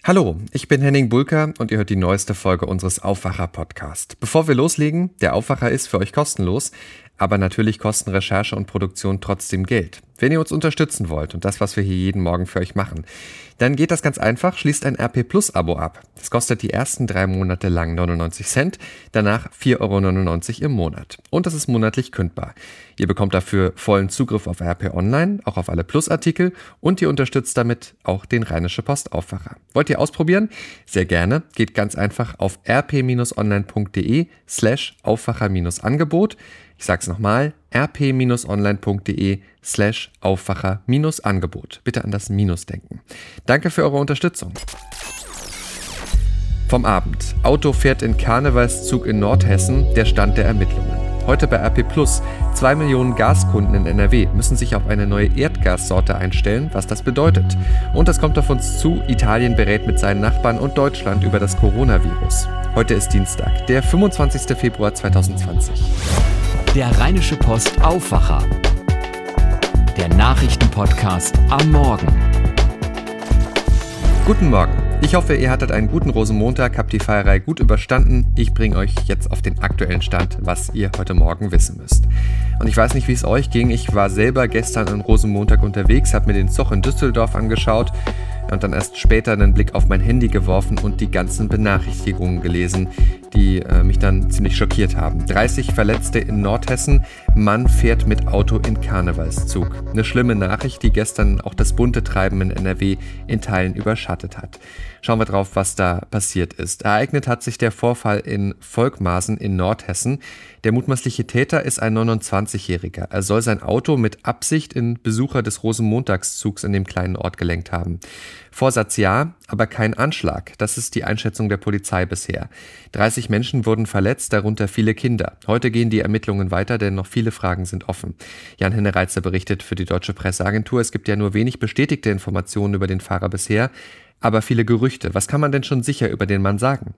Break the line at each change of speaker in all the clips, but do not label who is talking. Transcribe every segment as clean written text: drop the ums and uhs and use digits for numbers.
Hallo, ich bin Henning Bulka und ihr hört die neueste Folge unseres Aufwacher-Podcasts. Bevor wir loslegen, der Aufwacher ist für euch kostenlos, aber natürlich kosten Recherche und Produktion trotzdem Geld. Wenn ihr uns unterstützen wollt und das, was wir hier jeden Morgen für euch machen, dann geht das ganz einfach, schließt ein RP Plus Abo ab. Das kostet die ersten 3 Monate lang 99 Cent, danach 4,99 € im Monat. Und das ist monatlich kündbar. Ihr bekommt dafür vollen Zugriff auf RP Online, auch auf alle Plus-Artikel und ihr unterstützt damit auch den Rheinische Post Aufwacher. Wollt ihr ausprobieren? Sehr gerne. Geht ganz einfach auf rp-online.de/Aufwacher-Angebot. Ich sag's nochmal, rp-online.de/Aufwacher-Angebot. Bitte an das Minus denken. Danke für eure Unterstützung. Vom Abend. Auto fährt in Karnevalszug in Nordhessen, der Stand der Ermittlungen. Heute bei RP Plus. 2 Millionen Gaskunden in NRW müssen sich auf eine neue Erdgassorte einstellen, was das bedeutet. Und es kommt auf uns zu, Italien berät mit seinen Nachbarn und Deutschland über das Coronavirus. Heute ist Dienstag, der 25. Februar 2020.
Der Rheinische Post Aufwacher. Der Nachrichtenpodcast am Morgen.
Guten Morgen. Ich hoffe, ihr hattet einen guten Rosenmontag, habt die Feierei gut überstanden. Ich bringe euch jetzt auf den aktuellen Stand, was ihr heute Morgen wissen müsst. Und ich weiß nicht, wie es euch ging. Ich war selber gestern an Rosenmontag unterwegs, habe mir den Zoch in Düsseldorf angeschaut und dann erst später einen Blick auf mein Handy geworfen und die ganzen Benachrichtigungen gelesen, die mich dann ziemlich schockiert haben. 30 Verletzte in Nordhessen, Mann fährt mit Auto in Karnevalszug. Eine schlimme Nachricht, die gestern auch das bunte Treiben in NRW in Teilen überschattet hat. Schauen wir drauf, was da passiert ist. Ereignet hat sich der Vorfall in Volkmarsen in Nordhessen. Der mutmaßliche Täter ist ein 29-Jähriger. Er soll sein Auto mit Absicht in Besucher des Rosenmontagszugs in dem kleinen Ort gelenkt haben. Vorsatz ja, aber kein Anschlag. Das ist die Einschätzung der Polizei bisher. 30 Menschen wurden verletzt, darunter viele Kinder. Heute gehen die Ermittlungen weiter, denn noch viele Fragen sind offen. Jan-Henner Reitzer berichtet für die Deutsche Presseagentur. Es gibt ja nur wenig bestätigte Informationen über den Fahrer bisher, aber viele Gerüchte. Was kann man denn schon sicher über den Mann sagen?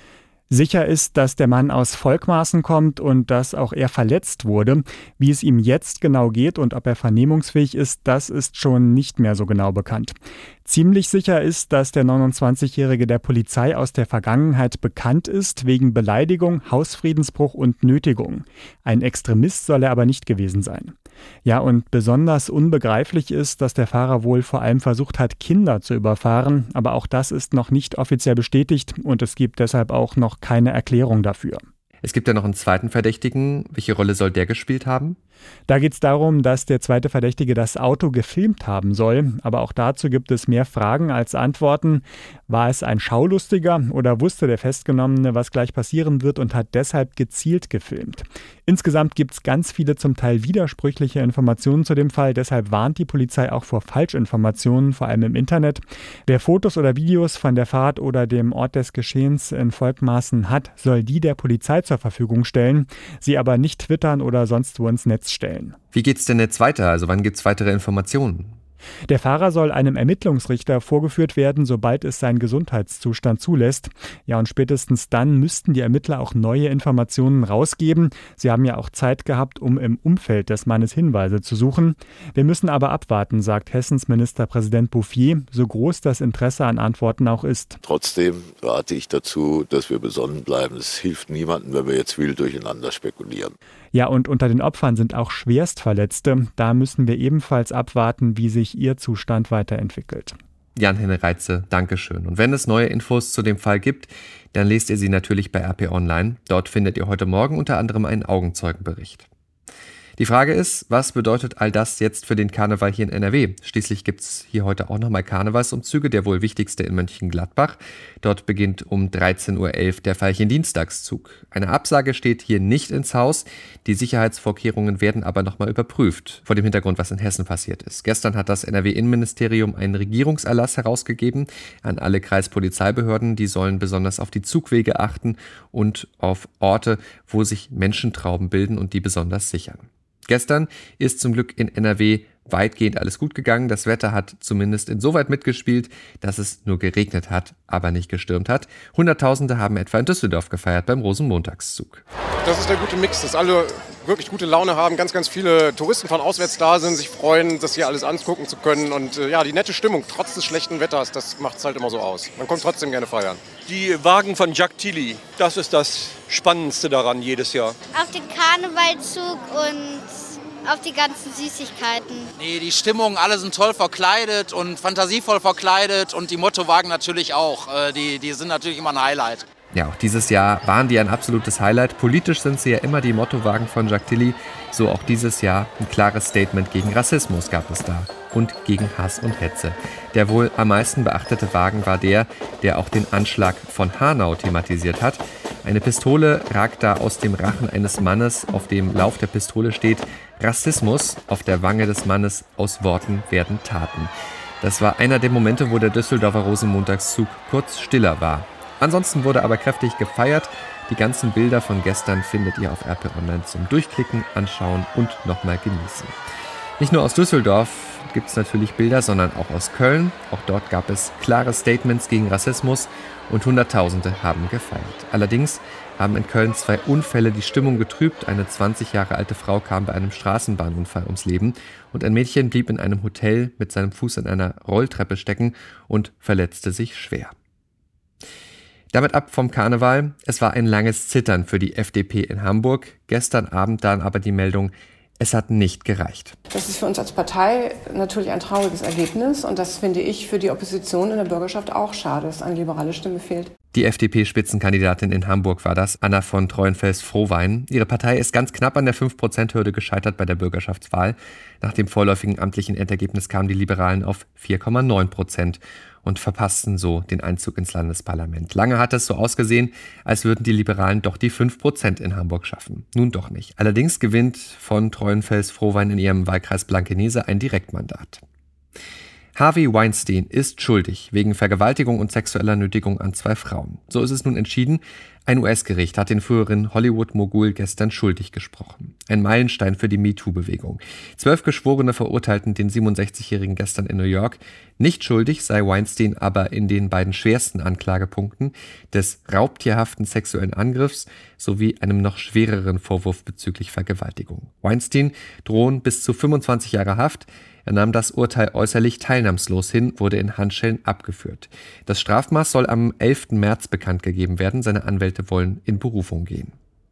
Sicher ist, dass der Mann aus Volkmarsen kommt und dass auch er verletzt wurde. Wie es ihm jetzt genau geht und ob er vernehmungsfähig ist, das ist schon nicht mehr so genau bekannt. Ziemlich sicher ist, dass der 29-Jährige der Polizei aus der Vergangenheit bekannt ist, wegen Beleidigung, Hausfriedensbruch und Nötigung. Ein Extremist soll er aber nicht gewesen sein. Ja, und besonders unbegreiflich ist, dass der Fahrer wohl vor allem versucht hat, Kinder zu überfahren, aber auch das ist noch nicht offiziell bestätigt und es gibt deshalb auch noch keine Erklärung dafür.
Es gibt ja noch einen zweiten Verdächtigen. Welche Rolle soll der gespielt haben?
Da geht es darum, dass der zweite Verdächtige das Auto gefilmt haben soll. Aber auch dazu gibt es mehr Fragen als Antworten. War es ein Schaulustiger oder wusste der Festgenommene, was gleich passieren wird und hat deshalb gezielt gefilmt? Insgesamt gibt es ganz viele zum Teil widersprüchliche Informationen zu dem Fall. Deshalb warnt die Polizei auch vor Falschinformationen, vor allem im Internet. Wer Fotos oder Videos von der Fahrt oder dem Ort des Geschehens in Volkmarsen hat, soll die der Polizei zur Verfügung stellen, sie aber nicht twittern oder sonst wo ins Netz stellen.
Wie geht's denn jetzt weiter? Also wann gibt's weitere Informationen?
Der Fahrer soll einem Ermittlungsrichter vorgeführt werden, sobald es sein Gesundheitszustand zulässt. Ja, und spätestens dann müssten die Ermittler auch neue Informationen rausgeben. Sie haben ja auch Zeit gehabt, um im Umfeld des Mannes Hinweise zu suchen. Wir müssen aber abwarten, sagt Hessens Ministerpräsident Bouffier, so groß das Interesse an Antworten auch ist.
Trotzdem rate ich dazu, dass wir besonnen bleiben. Es hilft niemandem, wenn wir jetzt wild durcheinander spekulieren.
Ja, und unter den Opfern sind auch Schwerstverletzte. Da müssen wir ebenfalls abwarten, wie sich ihr Zustand weiterentwickelt.
Jan-Henner Reitze, Dankeschön. Und wenn es neue Infos zu dem Fall gibt, dann lest ihr sie natürlich bei RP Online. Dort findet ihr heute Morgen unter anderem einen Augenzeugenbericht. Die Frage ist, was bedeutet all das jetzt für den Karneval hier in NRW? Schließlich gibt es hier heute auch nochmal Karnevalsumzüge, der wohl wichtigste in Mönchengladbach. Dort beginnt um 13:11 Uhr der Veilchendienstagszug. Eine Absage steht hier nicht ins Haus. Die Sicherheitsvorkehrungen werden aber nochmal überprüft, vor dem Hintergrund, was in Hessen passiert ist. Gestern hat das NRW-Innenministerium einen Regierungserlass herausgegeben an alle Kreispolizeibehörden. Die sollen besonders auf die Zugwege achten und auf Orte, wo sich Menschentrauben bilden und die besonders sichern. Gestern ist zum Glück in NRW weitgehend alles gut gegangen. Das Wetter hat zumindest insoweit mitgespielt, dass es nur geregnet hat, aber nicht gestürmt hat. Hunderttausende haben etwa in Düsseldorf gefeiert beim Rosenmontagszug.
Das ist der gute Mix, dass alle wirklich gute Laune haben, ganz, ganz viele Touristen von auswärts da sind, sich freuen, das hier alles angucken zu können und die nette Stimmung, trotz des schlechten Wetters, das macht es halt immer so aus. Man kommt trotzdem gerne feiern.
Die Wagen von Jacques Tilly, das ist das Spannendste daran jedes Jahr.
Auf den Karnevalzug und auf die ganzen Süßigkeiten.
Nee, die Stimmung, alle sind toll verkleidet und fantasievoll verkleidet und die Mottowagen natürlich auch. Die sind natürlich immer ein Highlight.
Ja, auch dieses Jahr waren die ein absolutes Highlight. Politisch sind sie ja immer die Mottowagen von Jacques Tilly. So auch dieses Jahr ein klares Statement gegen Rassismus gab es da und gegen Hass und Hetze. Der wohl am meisten beachtete Wagen war der auch den Anschlag von Hanau thematisiert hat. Eine Pistole ragt da aus dem Rachen eines Mannes, auf dem Lauf der Pistole steht: Rassismus, auf der Wange des Mannes, aus Worten werden Taten. Das war einer der Momente, wo der Düsseldorfer Rosenmontagszug kurz stiller war. Ansonsten wurde aber kräftig gefeiert. Die ganzen Bilder von gestern findet ihr auf RP Online zum Durchklicken, Anschauen und nochmal genießen. Nicht nur aus Düsseldorf gibt es natürlich Bilder, sondern auch aus Köln. Auch dort gab es klare Statements gegen Rassismus und Hunderttausende haben gefeiert. Allerdings haben in Köln 2 Unfälle die Stimmung getrübt. Eine 20 Jahre alte Frau kam bei einem Straßenbahnunfall ums Leben und ein Mädchen blieb in einem Hotel mit seinem Fuß in einer Rolltreppe stecken und verletzte sich schwer. Damit ab vom Karneval. Es war ein langes Zittern für die FDP in Hamburg. Gestern Abend dann aber die Meldung, es hat nicht gereicht.
Das ist für uns als Partei natürlich ein trauriges Ergebnis und das finde ich für die Opposition in der Bürgerschaft auch schade, dass eine liberale Stimme fehlt.
Die FDP-Spitzenkandidatin in Hamburg war das, Anna von Treuenfels-Frohwein. Ihre Partei ist ganz knapp an der 5%-Hürde gescheitert bei der Bürgerschaftswahl. Nach dem vorläufigen amtlichen Endergebnis kamen die Liberalen auf 4,9% und verpassten so den Einzug ins Landesparlament. Lange hat es so ausgesehen, als würden die Liberalen doch die 5% in Hamburg schaffen. Nun doch nicht. Allerdings gewinnt von Treuenfels-Frohwein in ihrem Wahlkreis Blankenese ein Direktmandat. Harvey Weinstein ist schuldig wegen Vergewaltigung und sexueller Nötigung an 2 Frauen. So ist es nun entschieden. Ein US-Gericht hat den früheren Hollywood-Mogul gestern schuldig gesprochen. Ein Meilenstein für die MeToo-Bewegung. 12 Geschworene verurteilten den 67-Jährigen gestern in New York. Nicht schuldig sei Weinstein aber in den beiden schwersten Anklagepunkten des raubtierhaften sexuellen Angriffs sowie einem noch schwereren Vorwurf bezüglich Vergewaltigung. Weinstein drohen bis zu 25 Jahre Haft. Er nahm das Urteil äußerlich teilnahmslos hin, wurde in Handschellen abgeführt. Das Strafmaß soll am 11. März bekannt gegeben werden. Seine Anwälte wollen in Berufung gehen.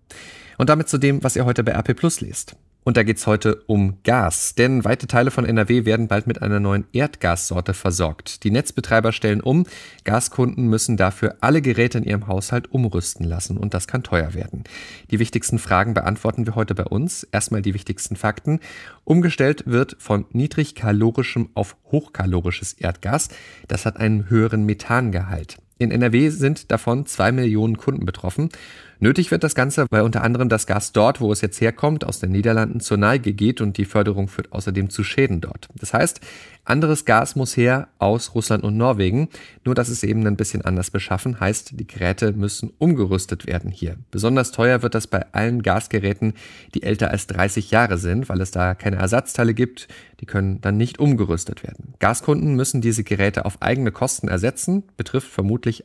Und damit zu dem, was ihr heute bei RP Plus lest. Und da geht's heute um Gas, denn weite Teile von NRW werden bald mit einer neuen Erdgassorte versorgt. Die Netzbetreiber stellen um, Gaskunden müssen dafür alle Geräte in ihrem Haushalt umrüsten lassen und das kann teuer werden. Die wichtigsten Fragen beantworten wir heute bei uns. Erstmal die wichtigsten Fakten. Umgestellt wird von niedrigkalorischem auf hochkalorisches Erdgas. Das hat einen höheren Methangehalt. In NRW sind davon 2 Millionen Kunden betroffen. Nötig wird das Ganze, weil unter anderem das Gas dort, wo es jetzt herkommt, aus den Niederlanden zur Neige geht und die Förderung führt außerdem zu Schäden dort. Das heißt, anderes Gas muss her aus Russland und Norwegen, nur dass es eben ein bisschen anders beschaffen, heißt, die Geräte müssen umgerüstet werden hier. Besonders teuer wird das bei allen Gasgeräten, die älter als 30 Jahre sind, weil es da keine Ersatzteile gibt, die können dann nicht umgerüstet werden. Gaskunden müssen diese Geräte auf eigene Kosten ersetzen, betrifft vermutlich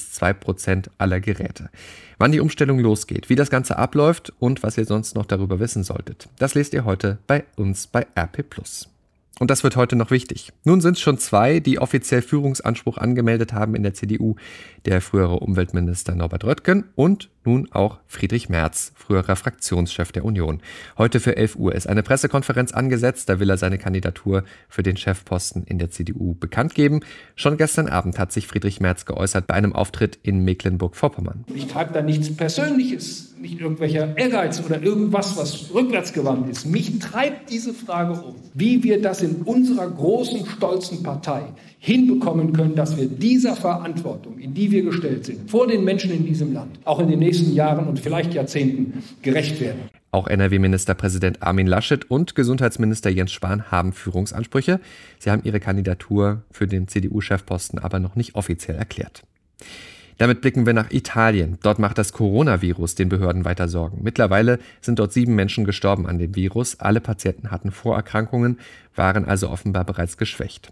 1-2% aller Geräte. Wann die Umstellung losgeht, wie das Ganze abläuft und was ihr sonst noch darüber wissen solltet, das lest ihr heute bei uns bei RP+. Und das wird heute noch wichtig. Nun sind es schon 2, die offiziell Führungsanspruch angemeldet haben in der CDU. Der frühere Umweltminister Norbert Röttgen und nun auch Friedrich Merz, früherer Fraktionschef der Union. Heute für 11 Uhr ist eine Pressekonferenz angesetzt. Da will er seine Kandidatur für den Chefposten in der CDU bekannt geben. Schon gestern Abend hat sich Friedrich Merz geäußert bei einem Auftritt in Mecklenburg-Vorpommern.
Ich treibe da nichts Persönliches, nicht irgendwelcher Ehrgeiz oder irgendwas, was rückwärtsgewandt ist. Mich treibt diese Frage um, wie wir das in unserer großen, stolzen Partei hinbekommen können, dass wir dieser Verantwortung, in die wir gestellt sind, vor den Menschen in diesem Land, auch in den nächsten Jahren und vielleicht Jahrzehnten gerecht werden.
Auch NRW-Ministerpräsident Armin Laschet und Gesundheitsminister Jens Spahn haben Führungsansprüche. Sie haben ihre Kandidatur für den CDU-Chefposten aber noch nicht offiziell erklärt. Damit blicken wir nach Italien. Dort macht das Coronavirus den Behörden weiter Sorgen. Mittlerweile sind dort 7 Menschen gestorben an dem Virus. Alle Patienten hatten Vorerkrankungen, waren also offenbar bereits geschwächt.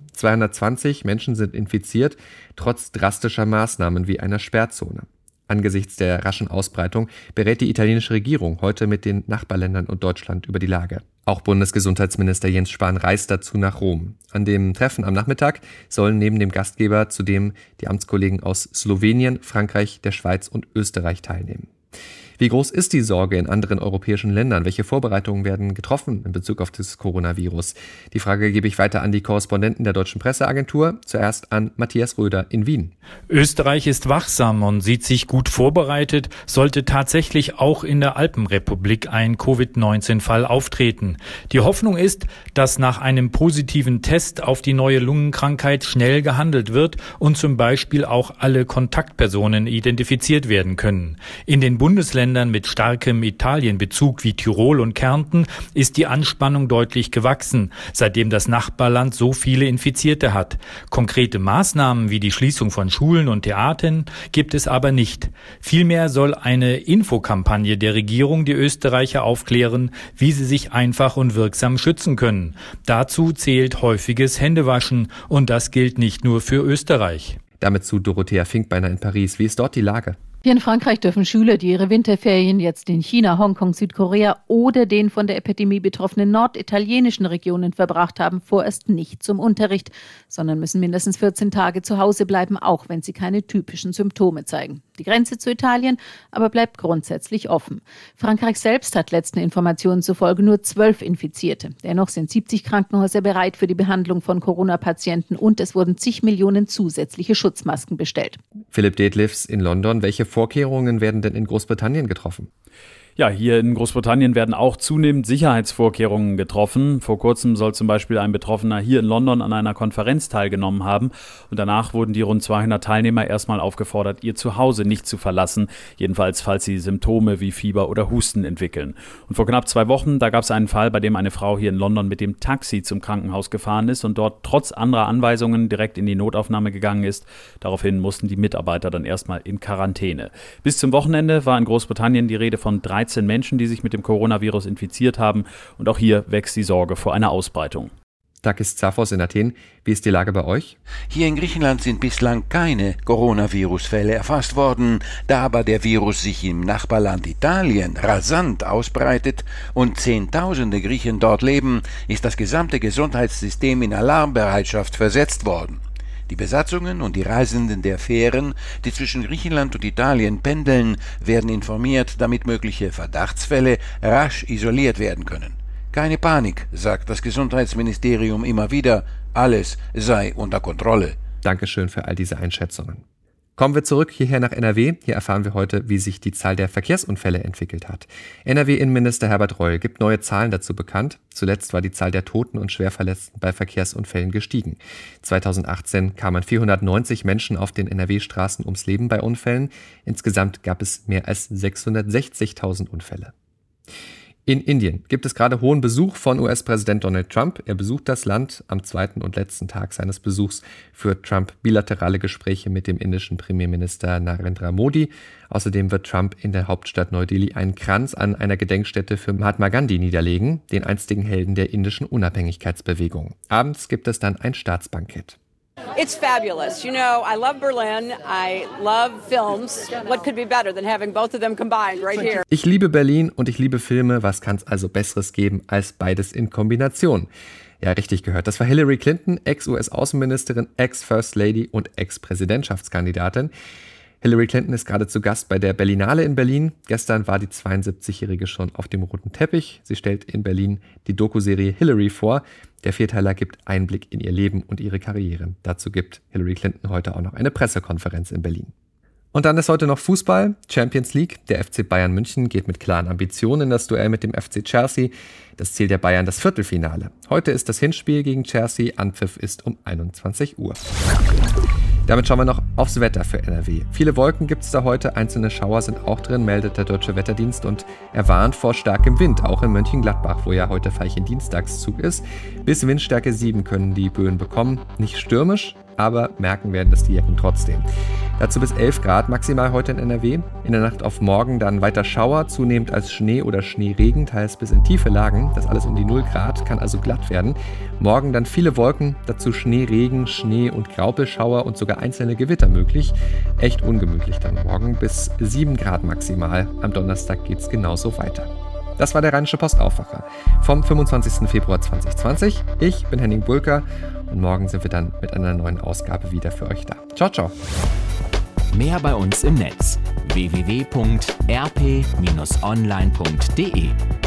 220 Menschen sind infiziert, trotz drastischer Maßnahmen wie einer Sperrzone. Angesichts der raschen Ausbreitung berät die italienische Regierung heute mit den Nachbarländern und Deutschland über die Lage. Auch Bundesgesundheitsminister Jens Spahn reist dazu nach Rom. An dem Treffen am Nachmittag sollen neben dem Gastgeber zudem die Amtskollegen aus Slowenien, Frankreich, der Schweiz und Österreich teilnehmen. Wie groß ist die Sorge in anderen europäischen Ländern? Welche Vorbereitungen werden getroffen in Bezug auf das Coronavirus? Die Frage gebe ich weiter an die Korrespondenten der Deutschen Presseagentur. Zuerst an Matthias Röder in Wien.
Österreich ist wachsam und sieht sich gut vorbereitet, sollte tatsächlich auch in der Alpenrepublik ein Covid-19-Fall auftreten. Die Hoffnung ist, dass nach einem positiven Test auf die neue Lungenkrankheit schnell gehandelt wird und zum Beispiel auch alle Kontaktpersonen identifiziert werden können. In den Bundesländern mit starkem Italienbezug wie Tirol und Kärnten ist die Anspannung deutlich gewachsen, seitdem das Nachbarland so viele Infizierte hat. Konkrete Maßnahmen wie die Schließung von Schulen und Theatern gibt es aber nicht. Vielmehr soll eine Infokampagne der Regierung die Österreicher aufklären, wie sie sich einfach und wirksam schützen können. Dazu zählt häufiges Händewaschen und das gilt nicht nur für Österreich.
Damit zu Dorothea Finkbeiner in Paris. Wie ist dort die Lage?
Hier in Frankreich dürfen Schüler, die ihre Winterferien jetzt in China, Hongkong, Südkorea oder den von der Epidemie betroffenen norditalienischen Regionen verbracht haben, vorerst nicht zum Unterricht, sondern müssen mindestens 14 Tage zu Hause bleiben, auch wenn sie keine typischen Symptome zeigen. Die Grenze zu Italien aber bleibt grundsätzlich offen. Frankreich selbst hat letzten Informationen zufolge nur 12 Infizierte. Dennoch sind 70 Krankenhäuser bereit für die Behandlung von Corona-Patienten und es wurden zig Millionen zusätzliche Schutzmasken bestellt.
Philipp Detlefs in London. Welche Vorkehrungen werden denn in Großbritannien getroffen?
Ja, hier in Großbritannien werden auch zunehmend Sicherheitsvorkehrungen getroffen. Vor kurzem soll zum Beispiel ein Betroffener hier in London an einer Konferenz teilgenommen haben und danach wurden die rund 200 Teilnehmer erstmal aufgefordert, ihr Zuhause nicht zu verlassen, jedenfalls falls sie Symptome wie Fieber oder Husten entwickeln. Und vor knapp 2 Wochen, da gab es einen Fall, bei dem eine Frau hier in London mit dem Taxi zum Krankenhaus gefahren ist und dort trotz anderer Anweisungen direkt in die Notaufnahme gegangen ist. Daraufhin mussten die Mitarbeiter dann erstmal in Quarantäne. Bis zum Wochenende war in Großbritannien die Rede von 13 Menschen, die sich mit dem Coronavirus infiziert haben. Und auch hier wächst die Sorge vor einer Ausbreitung.
Takis Zaphos in Athen. Wie ist die Lage bei euch?
Hier in Griechenland sind bislang keine Coronavirus-Fälle erfasst worden. Da aber der Virus sich im Nachbarland Italien rasant ausbreitet und Zehntausende Griechen dort leben, ist das gesamte Gesundheitssystem in Alarmbereitschaft versetzt worden. Die Besatzungen und die Reisenden der Fähren, die zwischen Griechenland und Italien pendeln, werden informiert, damit mögliche Verdachtsfälle rasch isoliert werden können. Keine Panik, sagt das Gesundheitsministerium immer wieder, alles sei unter Kontrolle.
Dankeschön für all diese Einschätzungen. Kommen wir zurück hierher nach NRW. Hier erfahren wir heute, wie sich die Zahl der Verkehrsunfälle entwickelt hat. NRW-Innenminister Herbert Reul gibt neue Zahlen dazu bekannt. Zuletzt war die Zahl der Toten und Schwerverletzten bei Verkehrsunfällen gestiegen. 2018 kamen 490 Menschen auf den NRW-Straßen ums Leben bei Unfällen. Insgesamt gab es mehr als 660.000 Unfälle. In Indien gibt es gerade hohen Besuch von US-Präsident Donald Trump. Er besucht das Land am 2. und letzten Tag seines Besuchs, führt Trump bilaterale Gespräche mit dem indischen Premierminister Narendra Modi. Außerdem wird Trump in der Hauptstadt Neu-Delhi einen Kranz an einer Gedenkstätte für Mahatma Gandhi niederlegen, den einstigen Helden der indischen Unabhängigkeitsbewegung. Abends gibt es dann ein Staatsbankett.
It's fabulous. You know, I love Berlin. I love films. What could be better than having both of them combined right here?
Ich liebe Berlin und ich liebe Filme. Was kann es also Besseres geben als beides in Kombination? Ja, richtig gehört. Das war Hillary Clinton, Ex-US-Außenministerin, Ex-First Lady und Ex-Präsidentschaftskandidatin. Hillary Clinton ist gerade zu Gast bei der Berlinale in Berlin. Gestern war die 72-Jährige schon auf dem roten Teppich. Sie stellt in Berlin die Dokuserie Hillary vor. Der Vierteiler gibt Einblick in ihr Leben und ihre Karriere. Dazu gibt Hillary Clinton heute auch noch eine Pressekonferenz in Berlin. Und dann ist heute noch Fußball, Champions League. Der FC Bayern München geht mit klaren Ambitionen in das Duell mit dem FC Chelsea. Das Ziel der Bayern das Viertelfinale. Heute ist das Hinspiel gegen Chelsea. Anpfiff ist um 21 Uhr. Damit schauen wir noch aufs Wetter für NRW. Viele Wolken gibt es da heute, einzelne Schauer sind auch drin, meldet der Deutsche Wetterdienst und er warnt vor starkem Wind, auch in Mönchengladbach, wo ja heute Veilchen-Dienstagszug ist. Bis Windstärke 7 können die Böen bekommen, nicht stürmisch, aber merken werden das die Jacken trotzdem. Dazu bis 11 Grad maximal heute in NRW. In der Nacht auf morgen dann weiter Schauer, zunehmend als Schnee oder Schneeregen, teils bis in tiefe Lagen. Das alles um die 0 Grad, kann also glatt werden. Morgen dann viele Wolken, dazu Schneeregen, Schnee- und Graupelschauer und sogar einzelne Gewitter möglich. Echt ungemütlich dann morgen, bis 7 Grad maximal. Am Donnerstag geht's genauso weiter. Das war der Rheinische Post Aufwacher vom 25. Februar 2020. Ich bin Henning Bulker und morgen sind wir dann mit einer neuen Ausgabe wieder für euch da. Ciao, ciao.
Mehr bei uns im Netz: www.rp-online.de